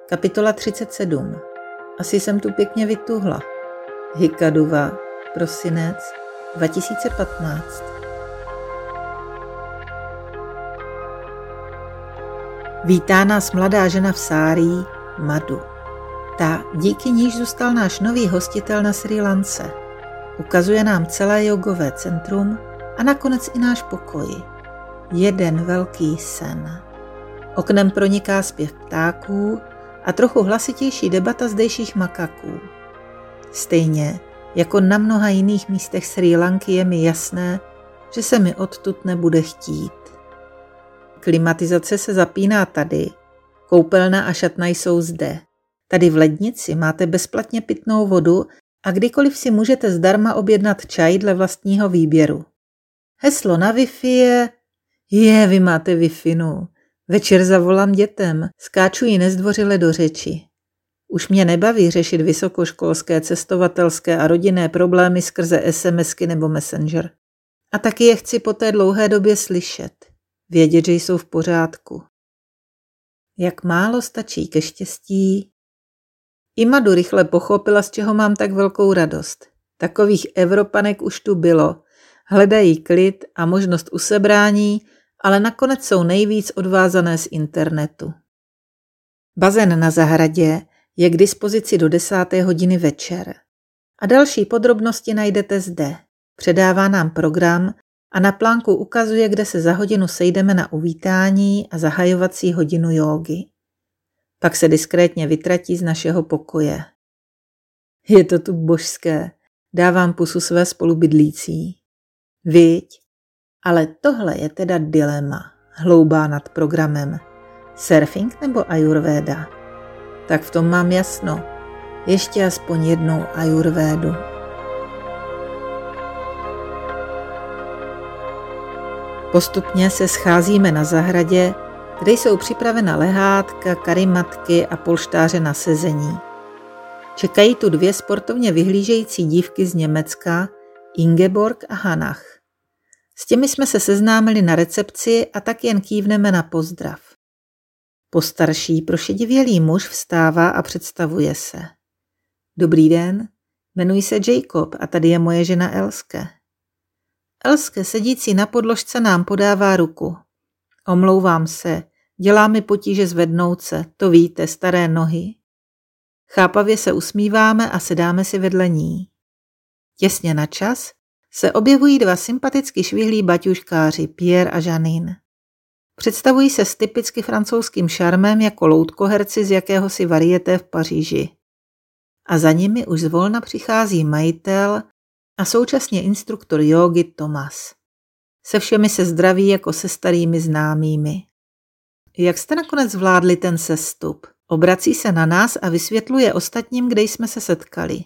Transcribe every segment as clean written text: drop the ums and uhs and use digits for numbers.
Kapitola 37. Asi jsem tu pěkně vytuhla. Hikaduva, prosinec 2015. Vítá nás mladá žena v sárí, Madhu. Ta, díky níž zůstal náš nový hostitel na Srí Lance. Ukazuje nám celé jogové centrum a nakonec i náš pokoj. Jeden velký sen. Oknem proniká zpěv ptáků a trochu hlasitější debata zdejších makaků. Stejně jako na mnoha jiných místech Srí Lanky je mi jasné, že se mi odtud nebude chtít. Klimatizace se zapíná tady, koupelna a šatna jsou zde. Tady v lednici máte bezplatně pitnou vodu a kdykoliv si můžete zdarma objednat čaj dle vlastního výběru. Heslo na Wi-Fi je, vy máte Wi-Fi. Večer zavolám dětem, skáču jí nezdvořile do řeči. Už mě nebaví řešit vysokoškolské, cestovatelské a rodinné problémy skrze SMSky nebo Messenger. A taky je chci po té dlouhé době slyšet, vědět, že jsou v pořádku. Jak málo stačí ke štěstí. I Madhu rychle pochopila, z čeho mám tak velkou radost. Takových Evropanek už tu bylo. Hledají klid a možnost usebrání, ale nakonec jsou nejvíc odvázané z internetu. Bazén na zahradě je k dispozici do 10. hodiny večer. A další podrobnosti najdete zde. Předává nám program a na plánku ukazuje, kde se za hodinu sejdeme na uvítání a zahajovací hodinu jógy. Pak se diskrétně vytratí z našeho pokoje. Je to tu božské, dávám pusu své spolubydlící. Viď? Ale tohle je teda dilema, hloubá nad programem. Surfing nebo ajurvéda? Tak v tom mám jasno. Ještě aspoň jednou ajurvédu. Postupně se scházíme na zahradě, kde jsou připravena lehátka, karimatky a polštáře na sezení. Čekají tu dvě sportovně vyhlížející dívky z Německa, Ingeborg a Hannah. S těmi jsme se seznámili na recepci a tak jen kývneme na pozdrav. Postarší prošedivělý muž vstává a představuje se. Dobrý den, jmenuji se Jacob a tady je moje žena Elske. Elske, sedící na podložce, nám podává ruku. Omlouvám se, dělá mi potíže zvednout se, to víte, staré nohy. Chápavě se usmíváme a sedáme si vedle ní. Těsně na čas se objevují dva sympaticky švihlí baťuškáři, Pierre a Janine. Představují se s typicky francouzským šarmem jako loutkoherci z jakéhosi varieté v Paříži. A za nimi už zvolna přichází majitel a současně instruktor jógy Thomas. Se všemi se zdraví jako se starými známými. Jak jste nakonec zvládli ten sestup? Obrací se na nás a vysvětluje ostatním, kde jsme se setkali.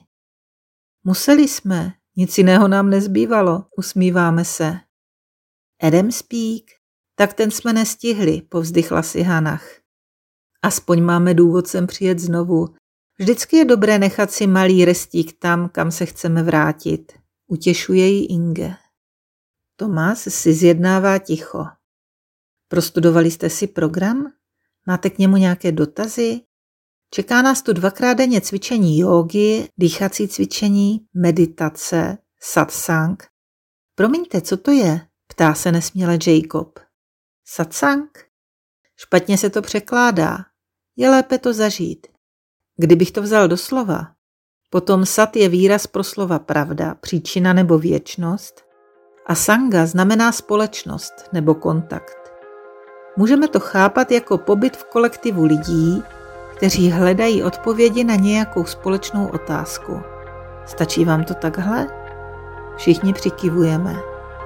Museli jsme, nic jiného nám nezbývalo, usmíváme se. Adam Speak, tak ten jsme nestihli, povzdychla si Hannah. Aspoň máme důvod sem přijet znovu. Vždycky je dobré nechat si malý restík tam, kam se chceme vrátit. Utěšuje ji Inge. Thomas si zjednává ticho. Prostudovali jste si program? Máte k němu nějaké dotazy? Čeká nás tu 2krát denně cvičení jógy, dýchací cvičení, meditace, satsang. Promiňte, co to je? Ptá se nesměle Jacob. Satsang? Špatně se to překládá. Je lépe to zažít. Kdybych to vzal do slova, potom sat je výraz pro slova pravda, příčina nebo věčnost a sanga znamená společnost nebo kontakt. Můžeme to chápat jako pobyt v kolektivu lidí, kteří hledají odpovědi na nějakou společnou otázku. Stačí vám to takhle? Všichni přikyvujeme.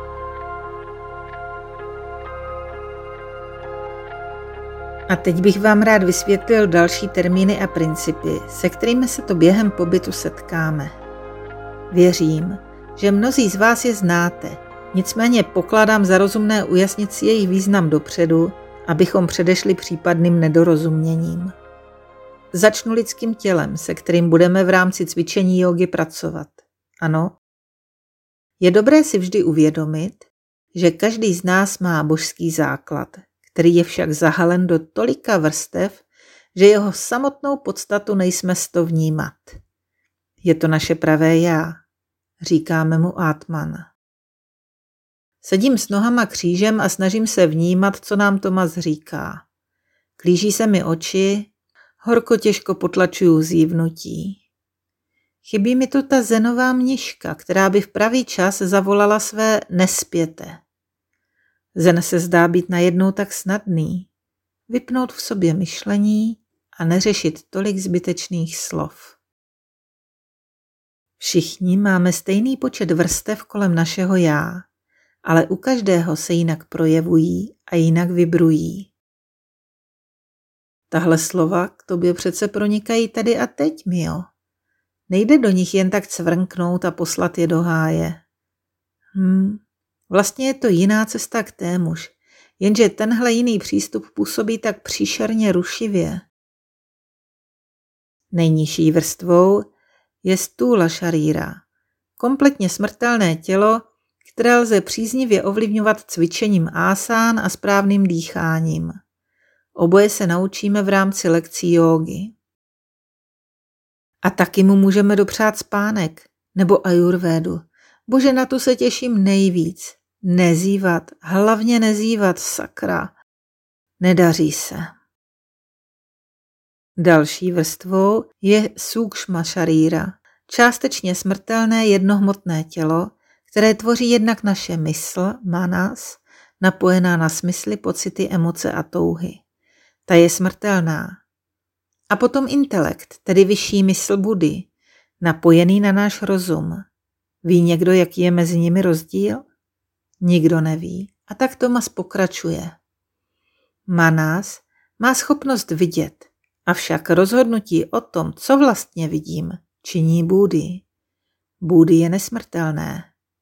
A teď bych vám rád vysvětlil další termíny a principy, se kterými se to během pobytu setkáme. Věřím, že mnozí z vás je znáte, nicméně pokládám za rozumné ujasnit si jejich význam dopředu, abychom předešli případným nedorozuměním. Začnu lidským tělem, se kterým budeme v rámci cvičení jógy pracovat. Ano? Je dobré si vždy uvědomit, že každý z nás má božský základ, který je však zahalen do tolika vrstev, že jeho samotnou podstatu nejsme sto vnímat. Je to naše pravé já, říkáme mu Atman. Sedím s nohama křížem a snažím se vnímat, co nám Tomas říká. Klíží se mi oči, horko těžko potlačuju zívnutí. Chybí mi tu ta zenová mniška, která by v pravý čas zavolala své nespěte. Zen se zdá být najednou tak snadný. Vypnout v sobě myšlení a neřešit tolik zbytečných slov. Všichni máme stejný počet vrstev kolem našeho já, ale u každého se jinak projevují a jinak vibrují. Tahle slova k tobě přece pronikají tady a teď, Mio. Nejde do nich jen tak cvrnknout a poslat je do háje. Vlastně je to jiná cesta k témuž, jenže tenhle jiný přístup působí tak příšerně rušivě. Nejnižší vrstvou je stůla šaríra, kompletně smrtelné tělo, které lze příznivě ovlivňovat cvičením asán a správným dýcháním. Oboje se naučíme v rámci lekcí jógy. A taky mu můžeme dopřát spánek, nebo ajurvédu. Bože, na tu se těším nejvíc. Nezívat, hlavně nezívat, sakra. Nedaří se. Další vrstvou je súkšma šaríra, částečně smrtelné jednohmotné tělo, které tvoří jednak naše mysl, manas, napojená na smysly, pocity, emoce a touhy. Ta je smrtelná. A potom intelekt, tedy vyšší mysl Buddhy, napojený na náš rozum. Ví někdo, jaký je mezi nimi rozdíl? Nikdo neví. A tak Tomas pokračuje. Manas má schopnost vidět, avšak rozhodnutí o tom, co vlastně vidím, činí Buddhy. Buddhy je nesmrtelné.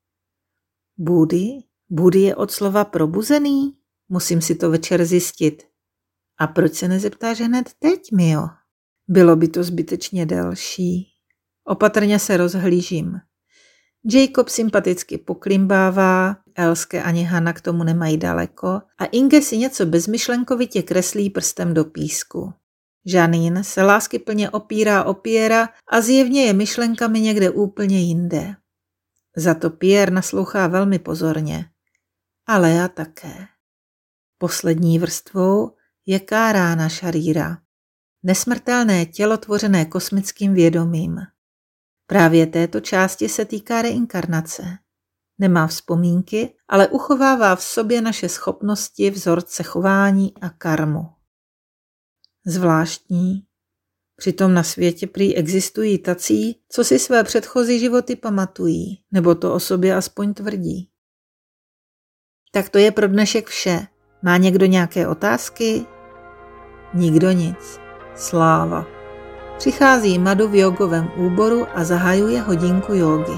Buddhy je od slova probuzený? Musím si to večer zjistit. A proč se nezeptáš hned teď, Mio? Bylo by to zbytečně delší. Opatrně se rozhlížím. Jacob sympaticky poklimbává, Elske ani Hana k tomu nemají daleko a Inge si něco bezmyšlenkovitě kreslí prstem do písku. Janine se láskyplně opírá o Pierra a zjevně je myšlenkami někde úplně jinde. Za to Pierre naslouchá velmi pozorně. A Lea také. Poslední vrstvou je kárána šaríra, nesmrtelné tělo tvořené kosmickým vědomím. Právě této části se týká reinkarnace. Nemá vzpomínky, ale uchovává v sobě naše schopnosti, vzorce chování a karmu. Zvláštní. Přitom na světě prý existují tací, co si své předchozí životy pamatují, nebo to o sobě aspoň tvrdí. Tak to je pro dnešek vše. Má někdo nějaké otázky? Nikdo nic. Sláva. Přichází Madhu v jogovém úboru a zahajuje hodinku jógy.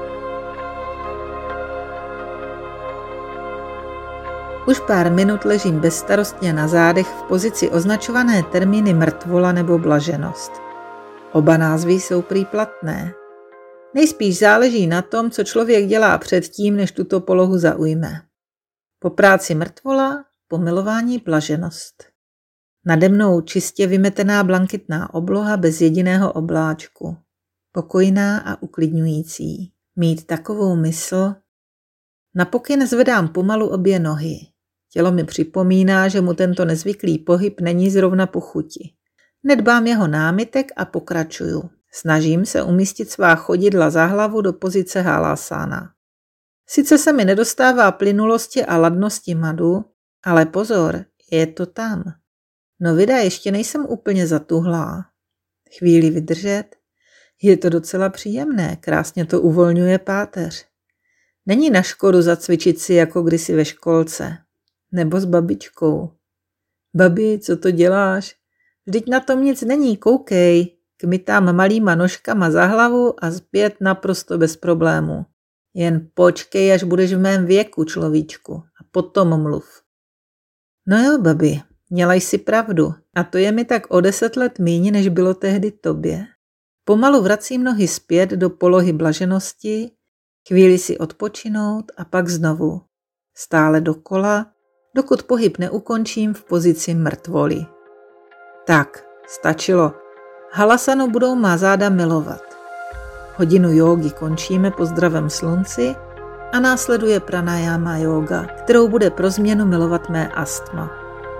Už pár minut ležím bezstarostně na zádech v pozici označované termíny mrtvola nebo blaženost. Oba názvy jsou prý platné. Nejspíš záleží na tom, co člověk dělá předtím, než tuto polohu zaujme. Po práci mrtvola, po milování blaženost. Nade mnou čistě vymetená blankitná obloha bez jediného obláčku. Pokojná a uklidňující. Mít takovou mysl. Na pokyn zvedám pomalu obě nohy. Tělo mi připomíná, že mu tento nezvyklý pohyb není zrovna po chuti. Nedbám jeho námitek a pokračuju. Snažím se umístit svá chodidla za hlavu do pozice halasana. Sice se mi nedostává plynulosti a ladnosti Madhu, ale pozor, je to tam. No vida, ještě nejsem úplně zatuhlá. Chvíli vydržet. Je to docela příjemné, krásně to uvolňuje páteř. Není na škodu zacvičit si jako kdysi ve školce. Nebo s babičkou. Babi, co to děláš? Vždyť na tom nic není, koukej. Kmitám malýma nožkama za hlavu a zpět naprosto bez problému. Jen počkej, až budeš v mém věku, človíčku, a potom mluv. No jo, babi, měla jsi pravdu a to je mi tak o 10 let míň, než bylo tehdy tobě. Pomalu vracím nohy zpět do polohy blaženosti, chvíli si odpočinout a pak znovu. Stále dokola, dokud pohyb neukončím v pozici mrtvoly. Tak, Stačilo. Halasanu budou má záda milovat. Hodinu jógy končíme pozdravem slunci a následuje pranayama jóga, kterou bude pro změnu milovat mé astma.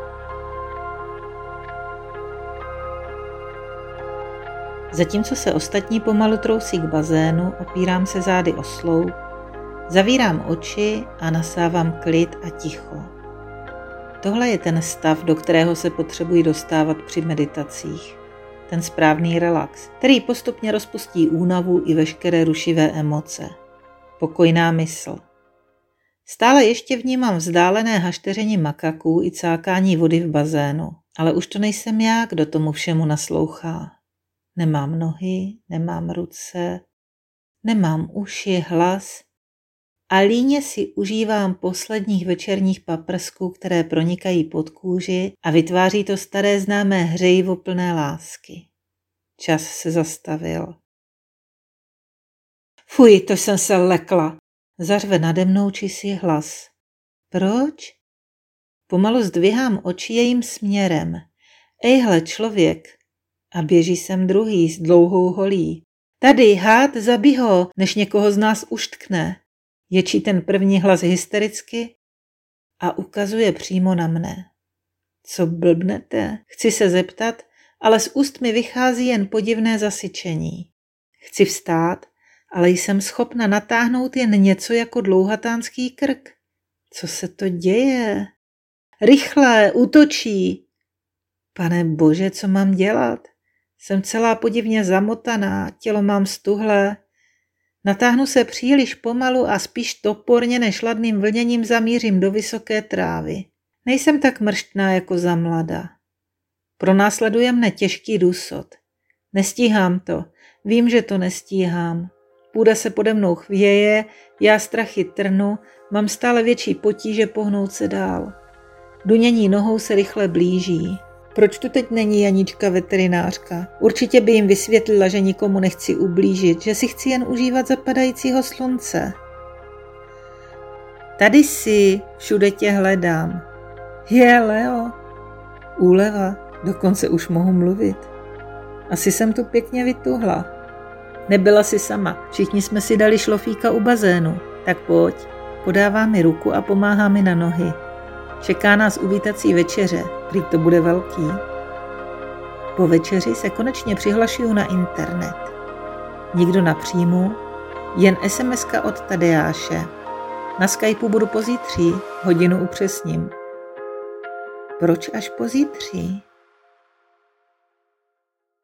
Zatímco se ostatní pomalu trousí k bazénu, opírám se zády o sloup, zavírám oči a nasávám klid a ticho. Tohle je ten stav, do kterého se potřebuji dostávat při meditacích. Ten správný relax, který postupně rozpustí únavu i veškeré rušivé emoce. Pokojná mysl. Stále ještě vnímám vzdálené hašteření makaků i cákání vody v bazénu, ale už to nejsem já, kdo tomu všemu naslouchá. Nemám nohy, nemám ruce, nemám uši, hlas a líně si užívám posledních večerních paprsků, které pronikají pod kůži a vytváří to staré známé hřejivo plné lásky. Čas se zastavil. Fuj, to jsem se lekla, zařve nade mnou čisý hlas. Proč? Pomalu zdvihám oči jejím směrem. Ejhle, člověk. A běží sem druhý s dlouhou holí. Tady, hád, zabij ho, než někoho z nás uštkne. Ječí ten první hlas hystericky a ukazuje přímo na mne. Co blbnete? Chci se zeptat, ale z úst mi vychází jen podivné zasyčení. Chci vstát, ale jsem schopna natáhnout jen něco jako dlouhatánský krk. Co se to děje? Rychle, útočí. Pane bože, co mám dělat? Jsem celá podivně zamotaná, tělo mám stuhlé. Natáhnu se příliš pomalu a spíš toporně než ladným vlněním zamířím do vysoké trávy. Nejsem tak mrštná jako za mlada. Pronásleduje mne těžký důsod. Nestíhám to, vím, že to nestíhám. Půda se pode mnou chvěje, já strachy trnu, mám stále větší potíže pohnout se dál. Dunění nohou se rychle blíží. Proč tu teď není Janička veterinářka? Určitě by jim vysvětlila, že nikomu nechci ublížit, že si chci jen užívat zapadajícího slunce. Tady jsi, všude tě hledám. Je, Leo. Úleva, dokonce už mohu mluvit. Asi jsem tu pěkně vytuhla. Nebyla jsi sama, všichni jsme si dali šlofíka u bazénu. Tak pojď, podává mi ruku a pomáhá mi na nohy. Čeká nás uvítací večeře, prý to bude velký. Po večeři se konečně přihlašuju na internet. Nikdo na příjmu, jen SMS-ka od Tadeáše. Na Skypeu budu pozítří, hodinu upřesním. Proč až pozítří?